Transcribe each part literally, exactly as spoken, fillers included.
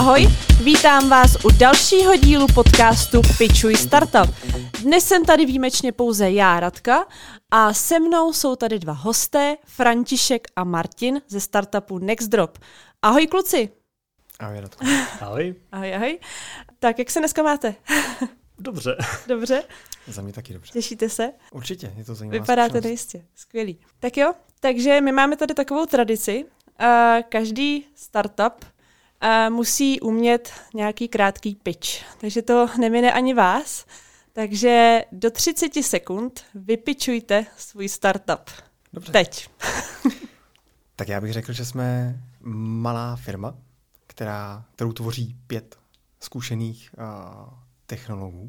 Ahoj, vítám vás u dalšího dílu podcastu Pitchuj Startup. Dnes jsem tady výjimečně pouze já, Radka, a se mnou jsou tady dva hosté, František a Martin ze startupu Nextdrop. Ahoj kluci. Ahoj, Radko. Ahoj. Ahoj, ahoj. Tak jak se dneska máte? Dobře. Dobře? Za mě taky dobře. Těšíte se? Určitě, je to zajímavé. Vypadáte nejistě, skvělý. Tak jo, takže my máme tady takovou tradici. Uh, každý startup uh, musí umět nějaký krátký pitch, takže to nemine ani vás. Takže do třicet sekund vypičujte svůj startup. Dobře. Teď. Tak já bych řekl, že jsme malá firma, která, kterou tvoří pět zkušených uh, technologů,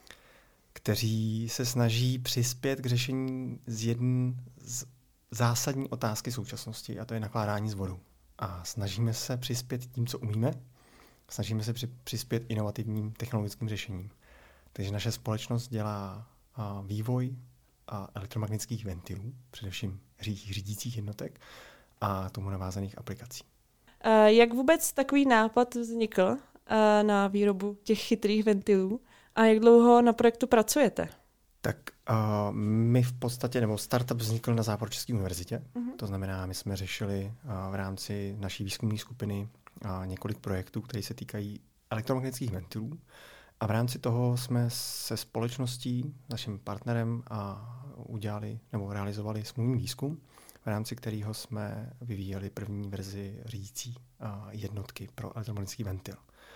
kteří se snaží přispět k řešení z jedné z zásadní otázky současnosti, a to je nakládání s vodou. A snažíme se přispět tím, co umíme, snažíme se při, přispět inovativním technologickým řešením. Takže naše společnost dělá a, vývoj a elektromagnetických ventilů, především řídích, řídících jednotek a tomu navázaných aplikací. Uh, jak vůbec takový nápad vznikl uh, na výrobu těch chytrých ventilů a jak dlouho na projektu pracujete? Tak uh, my v podstatě, nebo startup vznikl na Západočeské univerzitě, uh-huh. to znamená, my jsme řešili uh, v rámci naší výzkumné skupiny uh, několik projektů, které se týkají elektromagnetických ventilů. A v rámci toho jsme se společností, naším partnerem, a udělali nebo realizovali smluvní výzkum, v rámci kterého jsme vyvíjeli první verzi řídící uh, jednotky pro elektromagnetický ventil.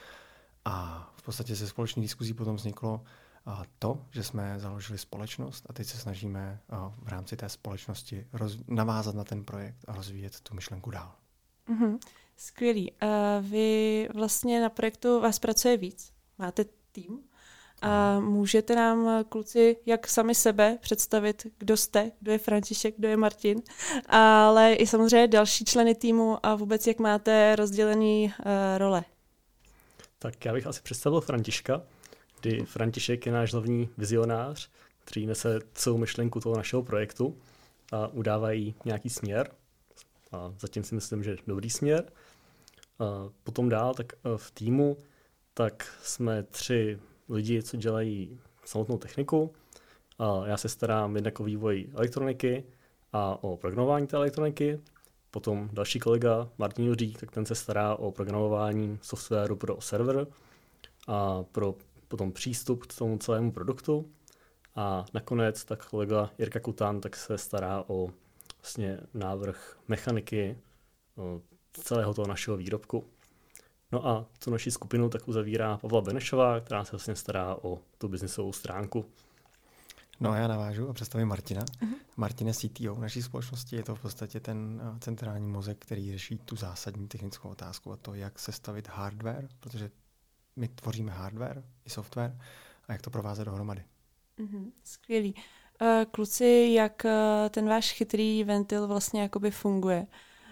A v podstatě ze společné diskuzí potom vzniklo uh, to, že jsme založili společnost a teď se snažíme uh, v rámci té společnosti roz- navázat na ten projekt a rozvíjet tu myšlenku dál. Mm-hmm. Skvělý. Uh, vy vlastně na projektu vás pracuje víc? Máte tým? A můžete nám, kluci, jak sami sebe představit, kdo jste, kdo je František, kdo je Martin, ale i samozřejmě další členy týmu a vůbec jak máte rozdělený uh, role? Tak já bych asi představil Františka, kdy František je náš hlavní vizionář, který nese celou myšlenku toho našeho projektu a udává jí nějaký směr. A zatím si myslím, že dobrý směr. A potom dál, tak v týmu, tak jsme tři lidi, co dělají samotnou techniku. A já se starám jednak o vývoj elektroniky a o programování té elektroniky. Potom další kolega Martin Juřík, tak ten se stará o programování softwaru pro server a pro potom přístup k tomu celému produktu. A nakonec tak kolega Jirka Kutan tak se stará o vlastně návrh mechaniky celého toho našeho výrobku. No a tu naši skupinu tak uzavírá Pavla Benešová, která se vlastně stará o tu biznisovou stránku. No a já navážu a představím Martina. Uh-huh. Martin je C T O naší společnosti, je to v podstatě ten uh, centrální mozek, který řeší tu zásadní technickou otázku a to, jak sestavit hardware, protože my tvoříme hardware i software a jak to provázet dohromady. Uh-huh. Skvělý. Uh, kluci, jak uh, ten váš chytrý ventil vlastně jakoby funguje?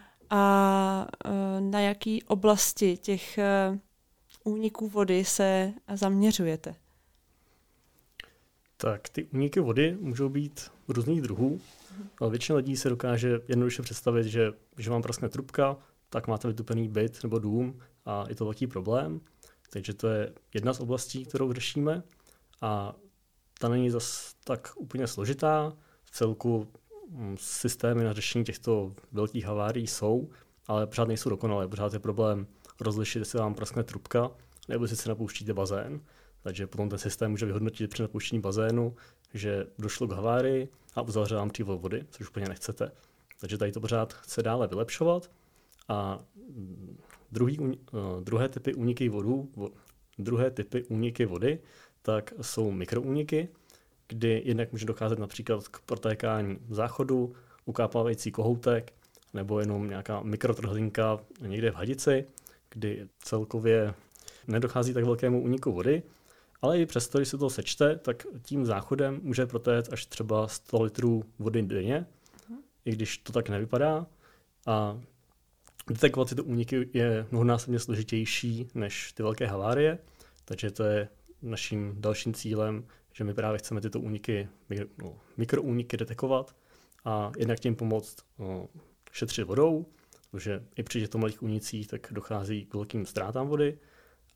A uh, na jaký oblasti těch uh, úniků vody se zaměřujete? Tak ty úniky vody můžou být různých druhů. Ale většina lidí se dokáže jednoduše představit, že když vám praskne trubka, tak máte vytupený byt nebo dům a je to velký problém. Takže to je jedna z oblastí, kterou řešíme. A ta není zas tak úplně složitá. V celku systémy na řešení těchto velkých havárií jsou, ale pořád nejsou dokonalé. Pořád je problém rozlišit, jestli vám praskne trubka, nebo jestli si napouštíte bazén. Takže potom ten systém může vyhodnotit při napouštění bazénu, že došlo k havárii a uzavře vám přívod vody, což úplně nechcete. Takže tady to pořád chce dále vylepšovat. A druhý, uh, druhé typy úniky vodů, vo, druhé typy úniky vody, tak jsou mikroúniky, kdy jednak může docházet například k protékání záchodu, ukápávající kohoutek, nebo jenom nějaká mikrotrhlinka někde v hadici, kdy celkově nedochází tak velkému úniku vody, ale i přesto, když se to sečte, tak tím záchodem může protéct až třeba sto litrů vody denně, uh-huh. i když to tak nevypadá. A detekovat tyto úniky je mnohonásobně složitější než ty velké havárie, takže to je naším dalším cílem, že my právě chceme tyto úniky, no, mikroúniky detekovat a jednak tím pomoct no, šetřit vodou, protože i při těchto malých únicích tak dochází k velkým ztrátám vody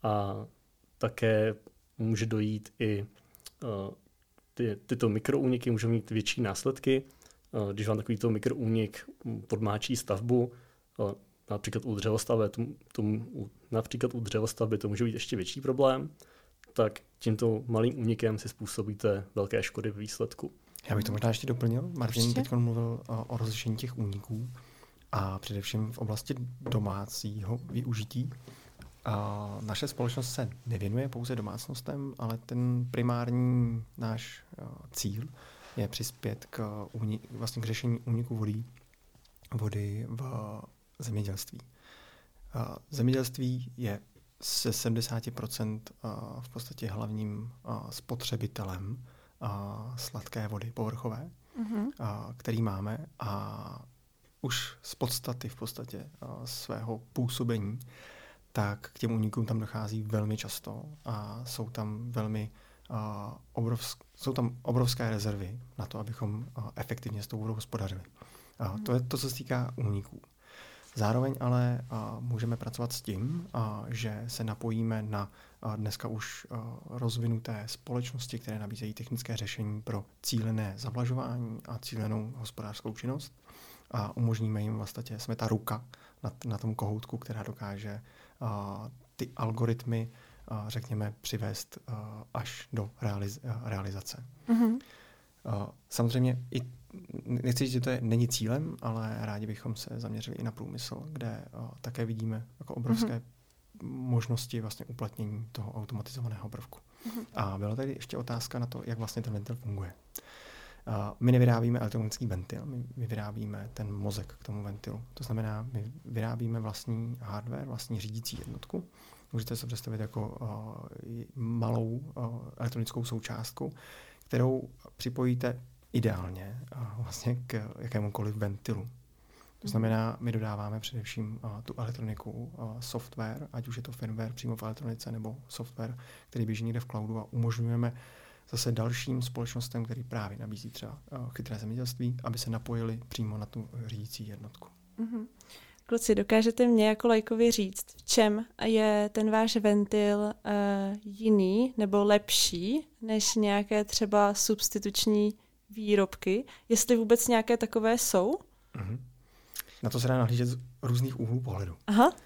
a také může dojít i uh, ty, tyto mikroúniky můžou mít větší následky. Uh, když vám takovýto mikroúnik podmáčí stavbu, uh, například u dřevostavby, tom, tom, například u dřevostavby to může být ještě větší problém, tak tímto malým únikem si způsobíte velké škody v výsledku. Já bych to možná ještě doplnil. Martin teď mluvil o, o rozlišení těch úniků a především v oblasti domácího využití. A naše společnost se nevěnuje pouze domácnostem, ale ten primární náš cíl je přispět k, únik, vlastně k řešení úniku vody, vody v zemědělství. Zemědělství je se sedmdesát procent v podstatě hlavním spotřebitelem sladké vody povrchové, mm-hmm. který máme a už z podstaty v podstatě svého působení, tak k těm únikům tam dochází velmi často a jsou tam velmi obrovsk, jsou tam obrovské rezervy na to, abychom efektivně s tou vodou hospodařili. Mm-hmm. To je to, co se týká úniků. Zároveň ale a, můžeme pracovat s tím, a, že se napojíme na a, dneska už a, rozvinuté společnosti, které nabízejí technické řešení pro cílené zavlažování a cílenou hospodářskou činnost. A umožníme jim vlastně, jsme ta ruka na, na tom kohoutku, která dokáže a, ty algoritmy, a, řekněme, přivést a, až do realiz, a, realizace. Mm-hmm. A, samozřejmě i nechci říct, že to je, není cílem, ale rádi bychom se zaměřili i na průmysl, kde uh, také vidíme jako obrovské mm-hmm. možnosti vlastně uplatnění toho automatizovaného prvku. Mm-hmm. A byla tady ještě otázka na to, jak vlastně ten ventil funguje. Uh, my nevyrábíme elektronický ventil, my, my vyrábíme ten mozek k tomu ventilu. To znamená, my vyrábíme vlastní hardware, vlastní řídící jednotku. Můžete se představit jako uh, malou uh, elektronickou součástku, kterou připojíte ideálně vlastně k jakémukoliv ventilu. To znamená, my dodáváme především uh, tu elektroniku, uh, software, ať už je to firmware přímo v elektronice, nebo software, který běží někde v cloudu a umožňujeme zase dalším společnostem, který právě nabízí třeba uh, chytré zemědělství, aby se napojili přímo na tu řídící jednotku. Mm-hmm. Kluci, dokážete mě jako lajkovi říct, v čem je ten váš ventil uh, jiný nebo lepší než nějaké třeba substituční výrobky, jestli vůbec nějaké takové jsou? Mm-hmm. Na to se dá nahlížet z různých úhlů pohledu. Aha. Uh,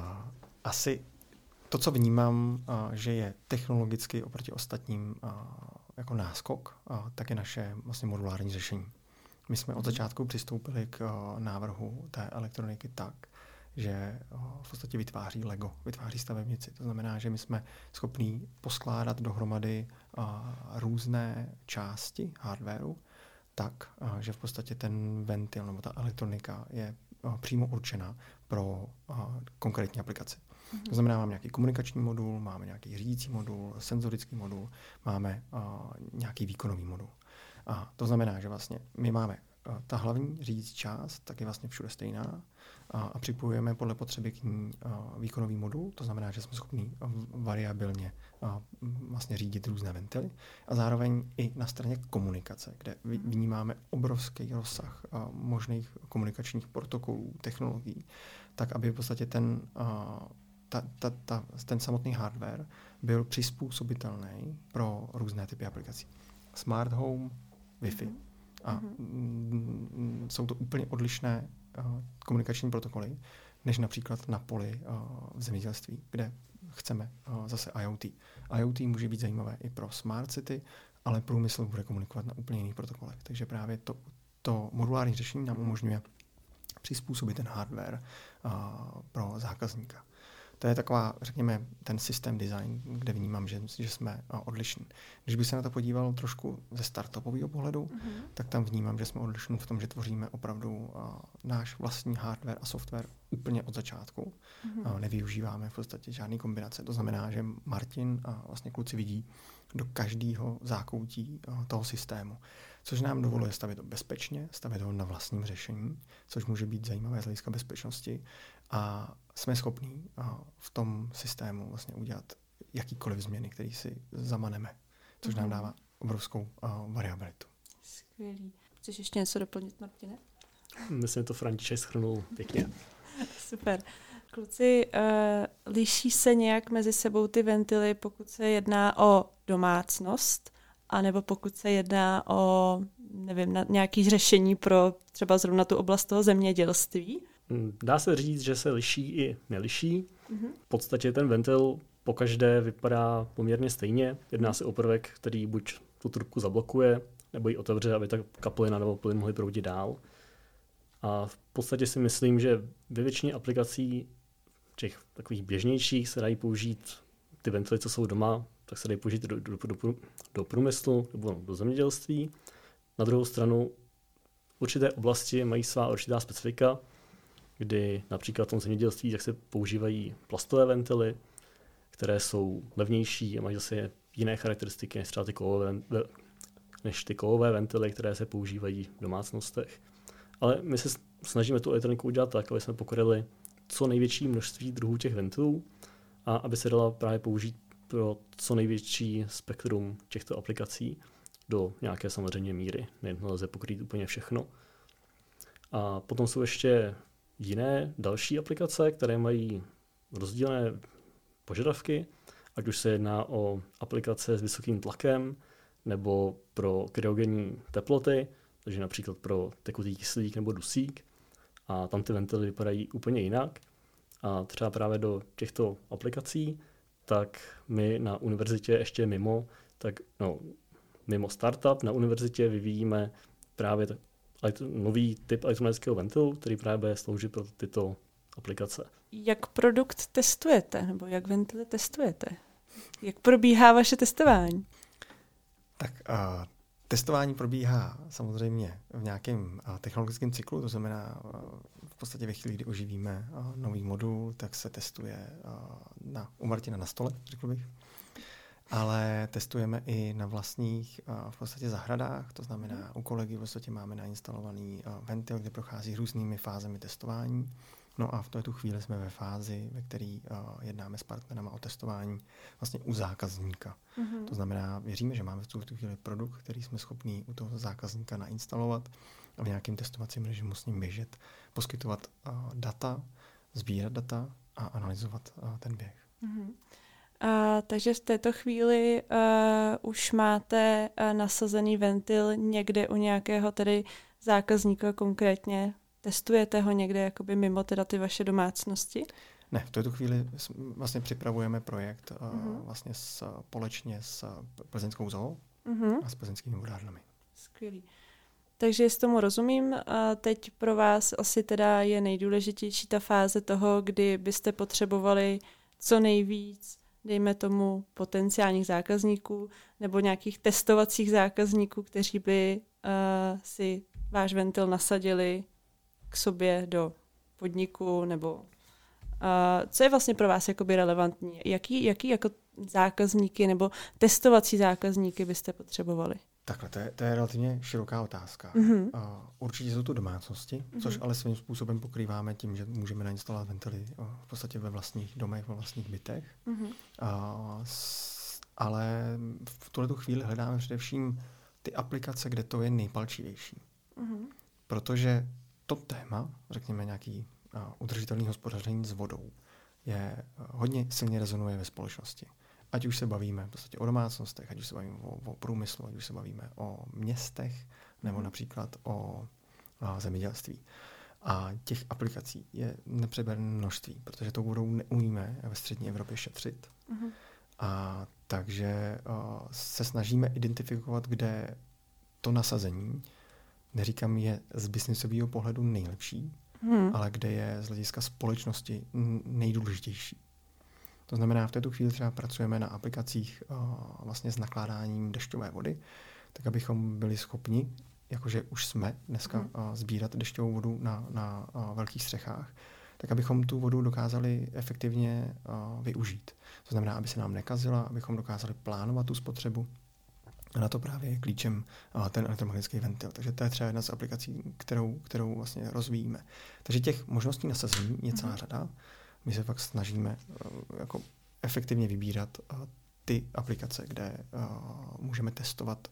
asi to, co vnímám, uh, že je technologicky oproti ostatním uh, jako náskok, uh, tak je naše vlastně modulární řešení. My jsme od začátku přistoupili k uh, návrhu té elektroniky tak, že uh, v podstatě vytváří Lego, vytváří stavebnici. To znamená, že my jsme schopní poskládat dohromady uh, různé části hardwareu tak, uh, že v podstatě ten ventil nebo ta elektronika je uh, přímo určena pro uh, konkrétní aplikaci. Mm-hmm. To znamená, máme nějaký komunikační modul, máme nějaký řídící modul, senzorický modul, máme uh, nějaký výkonový modul. A to znamená, že vlastně my máme uh, ta hlavní řídící část, tak je vlastně všude stejná a, a připojujeme podle potřeby k ní uh, výkonový modul, to znamená, že jsme schopni uh, variabilně uh, vlastně řídit různé ventily a zároveň i na straně komunikace, kde vnímáme obrovský rozsah uh, možných komunikačních protokolů, technologií, tak aby v podstatě ten, uh, ta, ta, ta, ten samotný hardware byl přizpůsobitelný pro různé typy aplikací. Smart home, Wi-Fi. Mm-hmm. A mm, jsou to úplně odlišné uh, komunikační protokoly, než například na poli uh, v zemědělství, kde chceme uh, zase IoT. IoT může být zajímavé i pro smart city, ale průmysl bude komunikovat na úplně jiných protokolech. Takže právě to, to modulární řešení nám umožňuje přizpůsobit ten hardware uh, pro zákazníka. To je taková, řekněme, ten systém design, kde vnímám, že, že jsme uh, odlišní. Když bych se na to podíval trošku ze startupového pohledu, mm-hmm. tak tam vnímám, že jsme odlišní v tom, že tvoříme opravdu uh, náš vlastní hardware a software úplně od začátku. Mm-hmm. Uh, nevyužíváme v podstatě žádný kombinace. To znamená, že Martin a vlastně kluci vidí do každého zákoutí uh, toho systému. Což nám dovoluje stavět to bezpečně, stavět ho na vlastním řešení, což může být zajímavé z hlediska bezpečnosti. A jsme schopní v tom systému vlastně udělat jakýkoliv změny, které si zamaneme, což nám dává obrovskou variabilitu. Skvělý. Chceš ještě něco doplnit, Martine? Myslím, že to František shrnul pěkně. Super. Kluci, uh, liší se nějak mezi sebou ty ventily, pokud se jedná o domácnost, anebo pokud se jedná o nevím, na nějaké řešení pro třeba zrovna tu oblast toho zemědělství? Dá se říct, že se liší i neliší. Mm-hmm. V podstatě ten ventil pokaždé vypadá poměrně stejně. Jedná se o prvek, který buď tu trubku zablokuje, nebo ji otevře, aby ta kaplina nebo plyn mohly proudit dál. A v podstatě si myslím, že ve většině aplikací těch takových běžnějších se dají použít ty ventily, co jsou doma, tak se dají použít do, do, do, do průmyslu nebo do zemědělství. Na druhou stranu určité oblasti mají svá určitá specifika, kdy například v tom zemědělství tak se používají plastové ventily, které jsou levnější a mají zase jiné charakteristiky než třeba ty kovové, než ty kovové ventily, které se používají v domácnostech. Ale my se snažíme tu elektroniku udělat tak, aby jsme pokryli co největší množství druhů těch ventilů a aby se dala právě použít pro co největší spektrum těchto aplikací do nějaké samozřejmě míry. Nelze pokrýt úplně všechno. A potom jsou ještě jiné další aplikace, které mají rozdílné požadavky, ať už se jedná o aplikace s vysokým tlakem nebo pro kryogenní teploty, takže například pro tekutý kyslík nebo dusík. A tam ty ventily vypadají úplně jinak. A třeba právě do těchto aplikací, tak my na univerzitě ještě mimo, tak no, mimo startup na univerzitě vyvíjíme právě tak, nový typ elektronického ventilu, který právě bude sloužit pro tyto aplikace. Jak produkt testujete, nebo jak ventily testujete? Jak probíhá vaše testování? Tak uh, testování probíhá samozřejmě v nějakém uh, technologickém cyklu, to znamená uh, v podstatě ve chvíli, kdy oživíme uh, nový modul, tak se testuje uh, na, u Martina na stole, řekl bych. Ale testujeme i na vlastních uh, v podstatě zahradách, to znamená u kolegy v podstatě máme nainstalovaný uh, ventil, kde prochází různými fázemi testování. No a v této chvíli jsme ve fázi, ve které uh, jednáme s partnerama o testování vlastně u zákazníka. Mm-hmm. To znamená, věříme, že máme v tuto chvíli produkt, který jsme schopni u toho zákazníka nainstalovat a v nějakém testovacím režimu s ním běžet, poskytovat uh, data, sbírat data a analyzovat uh, ten běh. Mm-hmm. Uh, takže v této chvíli uh, už máte uh, nasazený ventil někde u nějakého tedy zákazníka konkrétně? Testujete ho někde jakoby mimo teda ty vaše domácnosti? Ne, v této chvíli vlastně připravujeme projekt uh-huh. vlastně společně s plzeňskou zoo uh-huh. a s plzeňskými vodárnami. Skvělý. Takže s tomu rozumím. A teď pro vás asi teda je nejdůležitější ta fáze toho, kdy byste potřebovali co nejvíc, dejme tomu, potenciálních zákazníků nebo nějakých testovacích zákazníků, kteří by uh, si váš ventil nasadili k sobě do podniku, nebo uh, co je vlastně pro vás jakoby relevantní? Jaký, jaký jako zákazníky nebo testovací zákazníky byste potřebovali? Takhle, to je, to je relativně široká otázka. Mm-hmm. Uh, určitě jsou to domácnosti, mm-hmm. což ale svým způsobem pokrýváme tím, že můžeme nainstalovat ventily uh, v podstatě ve vlastních domech, ve vlastních bytech. Mm-hmm. Uh, s, ale v tuhletu chvíli hledáme především ty aplikace, kde to je nejpalčivější. Mm-hmm. Protože to téma, řekněme nějaký uh, udržitelný hospodaření s vodou, je uh, hodně silně rezonuje ve společnosti. Ať už se bavíme v podstatě o domácnostech, ať už se bavíme o, o průmyslu, ať už se bavíme o městech, nebo mm. například o, o zemědělství. A těch aplikací je nepřeberné množství, protože tou vodou neumíme ve střední Evropě šetřit. Mm. A takže uh, se snažíme identifikovat, kde to nasazení, neříkám, je z biznisového pohledu nejlepší, hmm. ale kde je z hlediska společnosti nejdůležitější. To znamená, v této chvíli třeba pracujeme na aplikacích uh, vlastně s nakládáním dešťové vody, tak abychom byli schopni, jakože už jsme dneska hmm. uh, sbírat dešťovou vodu na, na uh, velkých střechách, tak abychom tu vodu dokázali efektivně uh, využít. To znamená, aby se nám nekazila, abychom dokázali plánovat tu spotřebu. A na to právě je klíčem uh, ten elektromagnetický ventil. Takže to je třeba jedna z aplikací, kterou, kterou vlastně rozvíjíme. Takže těch možností nasazení je celá řada. My se fakt snažíme uh, jako efektivně vybírat uh, ty aplikace, kde uh, můžeme testovat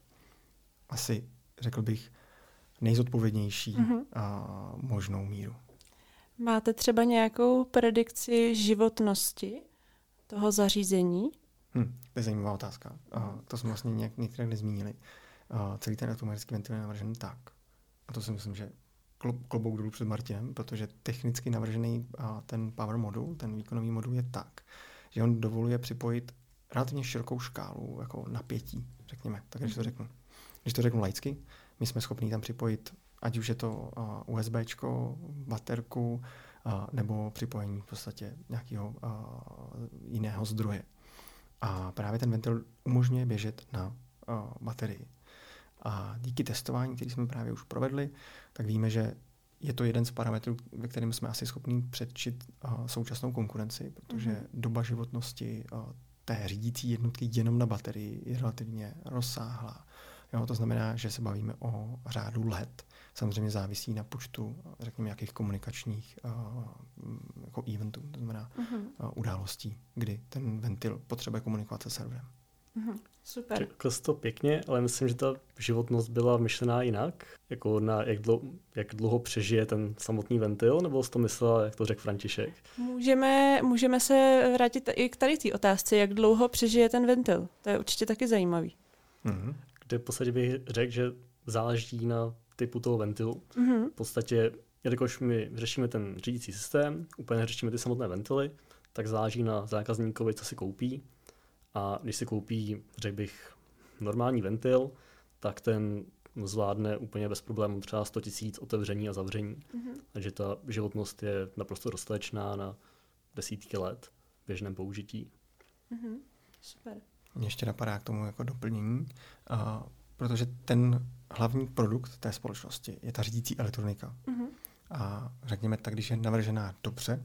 asi, řekl bych, nejzodpovědnější mm-hmm. uh, možnou míru. Máte třeba nějakou predikci životnosti toho zařízení? Hm, to je zajímavá otázka. Uh, to jsme vlastně nějak, některé nezmínili. Uh, celý ten automatický ventil je navržen tak. A to si myslím, že klobouk dolů před Martinem, protože technicky navržený uh, ten power modul, ten výkonový modul je tak, že on dovoluje připojit relativně širokou škálu jako napětí, řekněme. Tak když to řeknu. Když to řeknu laicky, my jsme schopni tam připojit, ať už je to uh, USBčko, baterku, uh, nebo připojení v podstatě nějakého uh, jiného zdroje. A právě ten ventil umožňuje běžet na uh, baterii. A díky testování, který jsme právě už provedli, tak víme, že je to jeden z parametrů, ve kterém jsme asi schopni předčit uh, současnou konkurenci, protože mm-hmm. doba životnosti uh, té řídící jednotky jenom na baterii je relativně rozsáhlá. Jo, to znamená, že se bavíme o řádu let. Samozřejmě závisí na počtu, řekněme, nějakých komunikačních uh, jako eventů, to znamená uh-huh. uh, událostí, kdy ten ventil potřebuje komunikovat se serverem. Uh-huh. Super. Řekl jsi to pěkně, ale myslím, že ta životnost byla myšlená jinak, jako na jak dlouho, jak dlouho přežije ten samotný ventil, nebo jsi to myslela, jak to řekl František? Můžeme, můžeme se vrátit i k tady té otázce, jak dlouho přežije ten ventil. To je určitě taky zajímavý. Uh-huh. Kde v podstatě bych řekl, že záleží na typu toho ventilu. Mm-hmm. V podstatě, jelikož my řešíme ten řídící systém, úplně řešíme ty samotné ventily, tak záleží na zákazníkovi, co si koupí. A když si koupí, řekl bych, normální ventil, tak ten zvládne úplně bez problémů třeba sto tisíc otevření a zavření. Mm-hmm. Takže ta životnost je naprosto dostatečná na desítky let v běžném použití. Mm-hmm. Super. Mě ještě napadá k tomu jako doplnění, uh, protože ten hlavní produkt té společnosti je ta řídící elektronika. Mm-hmm. A řekněme tak, když je navržená dobře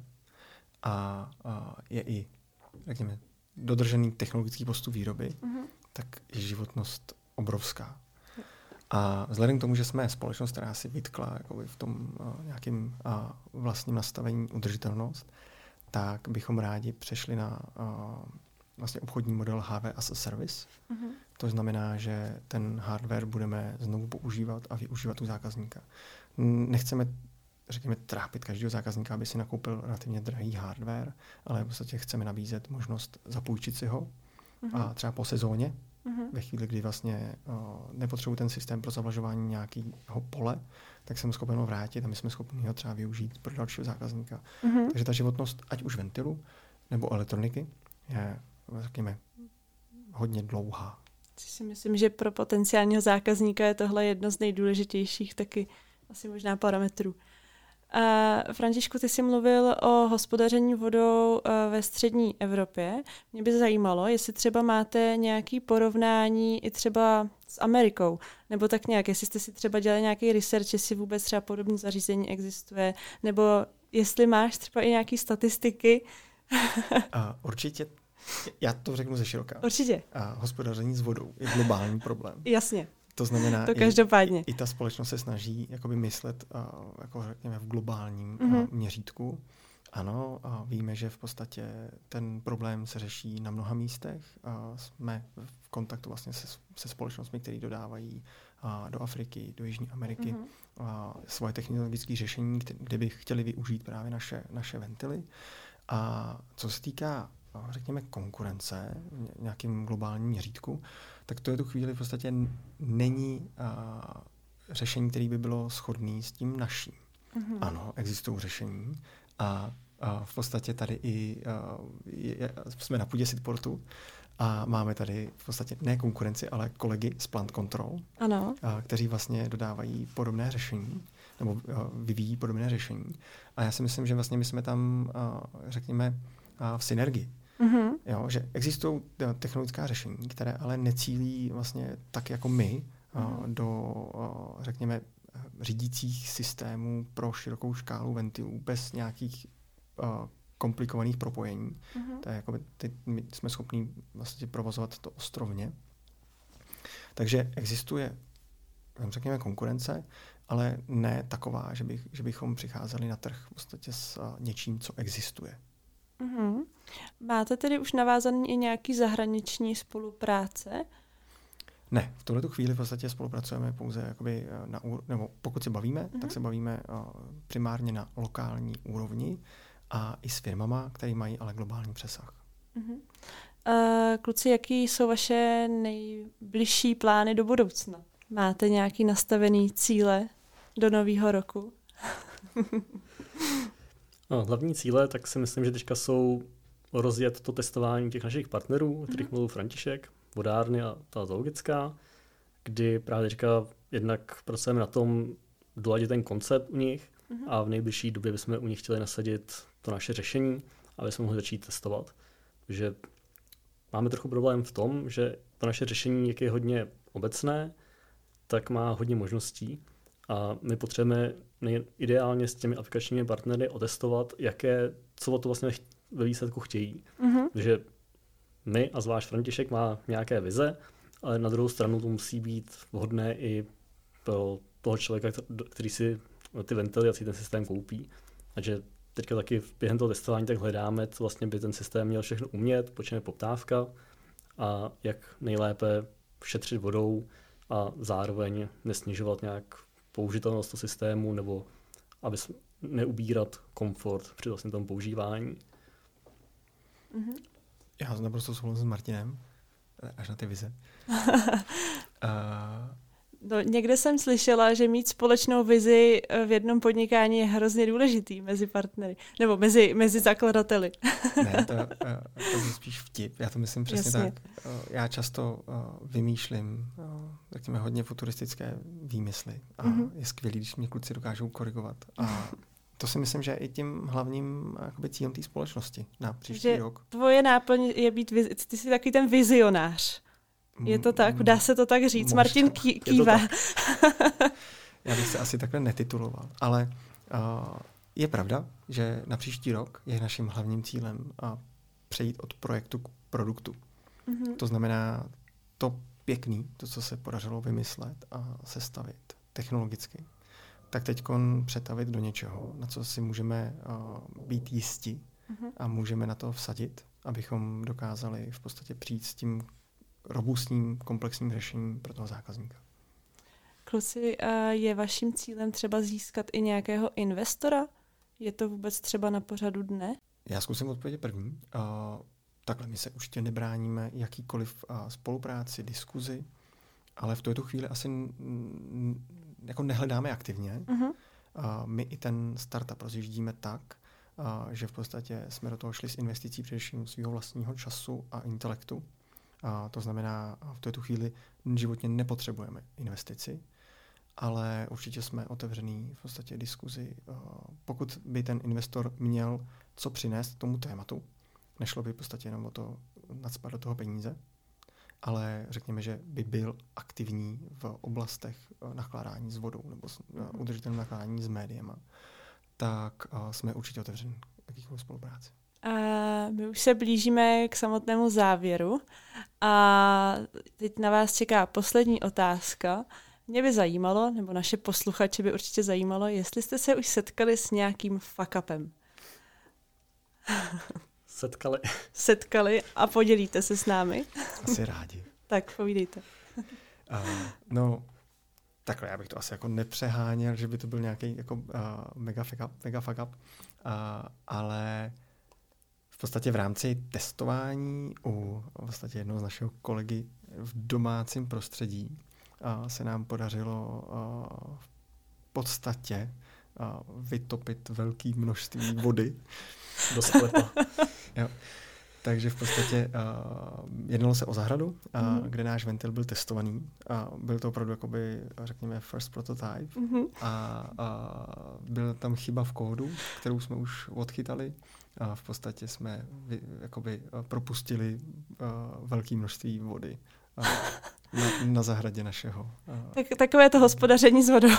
a, a je i, řekněme, dodržený technologický postup výroby, mm-hmm. tak je životnost obrovská. A vzhledem k tomu, že jsme společnost, která si vytkla jakoby v tom uh, nějakým uh, vlastním nastavení udržitelnost, tak bychom rádi přešli na uh, vlastně obchodní model hardware as a service. Uh-huh. To znamená, že ten hardware budeme znovu používat a využívat u zákazníka. Nechceme, řekněme, trápit každého zákazníka, aby si nakoupil relativně drahý hardware, ale v podstatě chceme nabízet možnost zapůjčit si ho uh-huh. a třeba po sezóně, uh-huh. ve chvíli, kdy vlastně uh, nepotřebuji ten systém pro zavlažování nějakého pole, tak jsem schopen ho vrátit a my jsme schopni ho třeba využít pro dalšího zákazníka. Uh-huh. Takže ta životnost, ať už ventilu nebo elektroniky, je, řekněme, hodně dlouhá. Si myslím, že pro potenciálního zákazníka je tohle jedno z nejdůležitějších taky asi možná parametrů. A Františku, ty jsi mluvil o hospodaření vodou ve střední Evropě. Mě by zajímalo, jestli třeba máte nějaké porovnání i třeba s Amerikou, nebo tak nějak, jestli jste si třeba dělali nějaký research, jestli vůbec třeba podobné zařízení existuje, nebo jestli máš třeba i nějaké statistiky. A určitě, já to řeknu ze široka. Určitě. A hospodaření s vodou je globální problém. Jasně. To znamená, to každopádně. I, i ta společnost se snaží jakoby myslet uh, jako řekněme v globálním mm-hmm. uh, měřítku. Ano, a víme, že v podstatě ten problém se řeší na mnoha místech. Uh, jsme v kontaktu vlastně se, se společnostmi, které dodávají uh, do Afriky, do Jižní Ameriky mm-hmm. uh, svoje technologické řešení, kde by chtěli využít právě naše, naše ventily. A co se týká, uh, řekněme, konkurence v nějakém globálním měřítku, tak to je tu chvíli v podstatě není uh, řešení, které by bylo shodné s tím naším. Mm-hmm. Ano, existují řešení a uh, v podstatě tady i uh, je, jsme na půdě Sitportu a máme tady v podstatě ne konkurenci, ale kolegy z Plant Control, ano. Uh, kteří vlastně dodávají podobné řešení nebo uh, vyvíjí podobné řešení. A já si myslím, že vlastně my jsme tam, uh, řekněme, uh, v synergii. Mm-hmm. Jo, že existují technologická řešení, které ale necílí vlastně tak jako my mm-hmm. do, řekněme, řídících systémů pro širokou škálu ventilů bez nějakých uh, komplikovaných propojení. Mm-hmm. To je jako, ty, my jsme schopni vlastně provozovat to ostrovně. Takže existuje, řekněme, konkurence, ale ne taková, že, bych, že bychom přicházeli na trh v podstatě s uh, něčím, co existuje. Mm-hmm. Máte tedy už navázaný i nějaký zahraniční spolupráce? Ne, v tuhletu chvíli v podstatě spolupracujeme pouze, jakoby na, nebo pokud se bavíme, mm-hmm. tak se bavíme uh, primárně na lokální úrovni a i s firmama, které mají ale globální přesah. Mm-hmm. Uh, kluci, jaký jsou vaše nejbližší plány do budoucna? Máte nějaký nastavený cíle do nového roku? No, hlavní cíle, tak si myslím, že teďka jsou rozjet to testování těch našich partnerů, o kterých mm-hmm. mluvil František, vodárny a ta zoologická, kdy právě teďka jednak pracujeme na tom doladit ten koncept u nich mm-hmm. a v nejbližší době bychom u nich chtěli nasadit to naše řešení, aby jsme mohli začít testovat. Takže máme trochu problém v tom, že to naše řešení, jak je hodně obecné, tak má hodně možností a my potřebujeme ideálně s těmi aplikačními partnery otestovat, jaké, co o to vlastně ve výsledku chtějí. Mm-hmm. Takže my a zvlášť František má nějaké vize, ale na druhou stranu to musí být vhodné i pro toho člověka, který si ty ventily a ten systém koupí. Takže teďka taky během toho testování tak hledáme, co vlastně by ten systém měl všechno umět, počne poptávka a jak nejlépe šetřit vodou a zároveň nesnižovat nějak použitelnost toho systému nebo aby neubírat komfort při vlastně tom používání. Mm-hmm. Já naprosto souhlasím s Martinem, až na ty vize. uh... No, někde jsem slyšela, že mít společnou vizi v jednom podnikání je hrozně důležitý mezi partnery, nebo mezi, mezi zakladateli. Ne, to, to je spíš vtip. Já to myslím přesně Jasně. tak. Já často vymýšlím, řekněme, hodně futuristické výmysly a mm-hmm. je skvělý, když mě kluci dokážou korigovat. A to si myslím, že je i tím hlavním jakoby, cílem té společnosti na příští že rok. Tvoje náplň je být, viz- ty jsi takový ten vizionář. Je to tak? Dá se to tak říct? Možná. Martin ký, kývá. Já bych se asi takhle netituloval, ale uh, je pravda, že na příští rok je naším hlavním cílem uh, přejít od projektu k produktu. Mm-hmm. To znamená to pěkný, to, co se podařilo vymyslet a sestavit technologicky, tak teď přetavit do něčeho, na co si můžeme uh, být jisti mm-hmm. a můžeme na to vsadit, abychom dokázali v podstatě přijít s tím robustním, komplexním řešením pro toho zákazníka. Kluci, je vaším cílem třeba získat i nějakého investora? Je to vůbec třeba na pořadu dne? Já zkusím odpovědět první. Uh, takhle, my se určitě nebráníme jakýkoliv uh, spolupráci, diskuzi, ale v tuto chvíli asi n- jako nehledáme aktivně. Uh-huh. Uh, my i ten startup rozjíždíme tak, uh, že v podstatě jsme do toho šli s investicí především svého vlastního času a intelektu. A to znamená, v této chvíli životně nepotřebujeme investici, ale určitě jsme otevřený v podstatě diskuzi. Pokud by ten investor měl co přinést k tomu tématu, nešlo by v podstatě jenom o to nacpat do toho peníze, ale řekněme, že by byl aktivní v oblastech nakládání s vodou nebo udržitelného nakládání s médiema, tak jsme určitě otevření k jakýchkoliv spolupráci. A my už se blížíme k samotnému závěru a teď na vás čeká poslední otázka. Mě by zajímalo, nebo naše posluchače by určitě zajímalo, jestli jste se už setkali s nějakým fuck-upem. Setkali. Setkali a podělíte se s námi? Asi rádi. Tak povídejte. uh, no, takhle, já bych to asi jako nepřeháněl, že by to byl nějaký jako uh, mega fuck-up, mega fuck-up, uh, ale v podstatě v rámci testování u vlastně jednoho z našeho kolegy v domácím prostředí a se nám podařilo a, v podstatě a, vytopit velké množství vody. Do sklepa. Jo. Takže v podstatě uh, jednalo se o zahradu, uh, mm. kde náš ventil byl testovaný. A byl to opravdu, jakoby, řekněme, first prototype. Mm-hmm. A, a byla tam chyba v kódu, kterou jsme už odchytali. A v podstatě jsme vy, jakoby, propustili uh, velké množství vody uh, na, na zahradě našeho. Uh, tak, takové to hospodaření s vodou.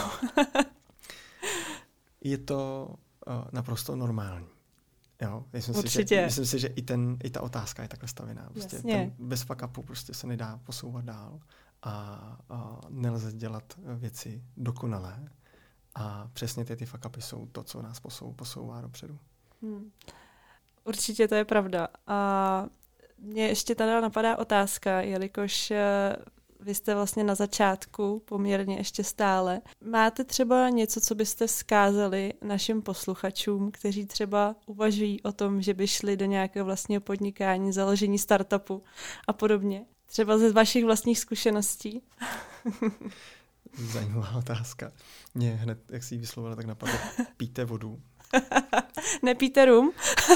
Je to uh, naprosto normální. Jo, myslím, Určitě. si, že, myslím si, že i, ten, i ta otázka je takhle stavěná. Prostě ten, bez fuck-upu prostě se nedá posouvat dál a, a nelze dělat věci dokonalé. A přesně ty, ty fuck-upy jsou to, co nás posou, posouvá dopředu. Hmm. Určitě to je pravda. A mě ještě tady napadá otázka, jelikož vy jste vlastně na začátku poměrně ještě stále. Máte třeba něco, co byste vzkázali našim posluchačům, kteří třeba uvažují o tom, že by šli do nějakého vlastního podnikání, založení startupu a podobně? Třeba ze vašich vlastních zkušeností? Zajímavá otázka. Mě hned, jak si ji vyslovila, tak napadlo, pijte vodu. Nepijte rum?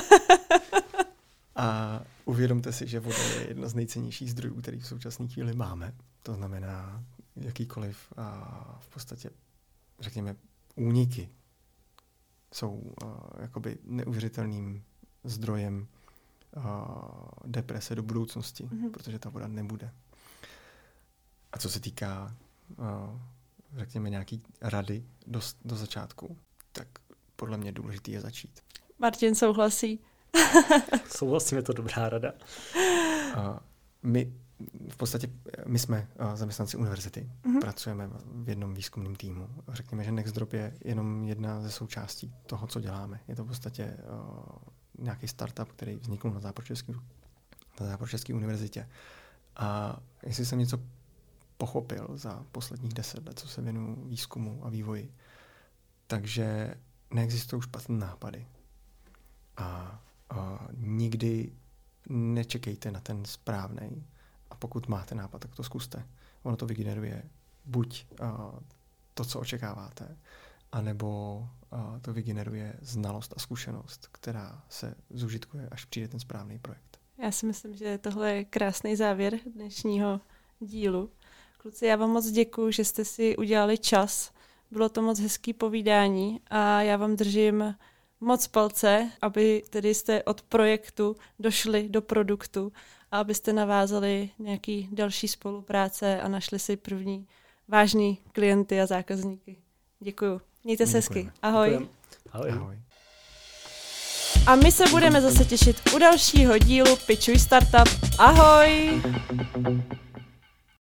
A uvědomte si, že voda je jedna z nejcennějších zdrojů, který v současné chvíli máme. To znamená, jakýkoliv a v podstatě, řekněme, úniky jsou a, jakoby neuvěřitelným zdrojem a, deprese do budoucnosti, mm-hmm. protože ta voda nebude. A co se týká, a, řekněme, nějaký rady do, do začátku, tak podle mě důležité je začít. Martin souhlasí. Souhlasím, je to dobrá rada. A my v podstatě, my jsme zaměstnanci univerzity, mm-hmm. pracujeme v jednom výzkumném týmu. Řekněme, že Nextdrop je jenom jedna ze součástí toho, co děláme. Je to v podstatě uh, nějaký startup, který vznikl na Západočeské na Západočeské univerzitě. A jestli jsem něco pochopil za posledních deset let, co se věnuju výzkumu a vývoji, takže neexistují špatné nápady. A uh, nikdy nečekejte na ten správnej. A pokud máte nápad, tak to zkuste. Ono to vygeneruje buď uh, to, co očekáváte, anebo uh, to vygeneruje znalost a zkušenost, která se zužitkuje, až přijde ten správný projekt. Já si myslím, že tohle je krásný závěr dnešního dílu. Kluci, já vám moc děkuju, že jste si udělali čas. Bylo to moc hezký povídání a já vám držím moc palce, aby tedy jste od projektu došli do produktu a abyste navázali nějaký další spolupráce a našli si první vážný klienty a zákazníky. Děkuju. Mějte se hezky. Ahoj. Ahoj. Ahoj. A my se budeme zase těšit u dalšího dílu Pitchuj Startup. Ahoj!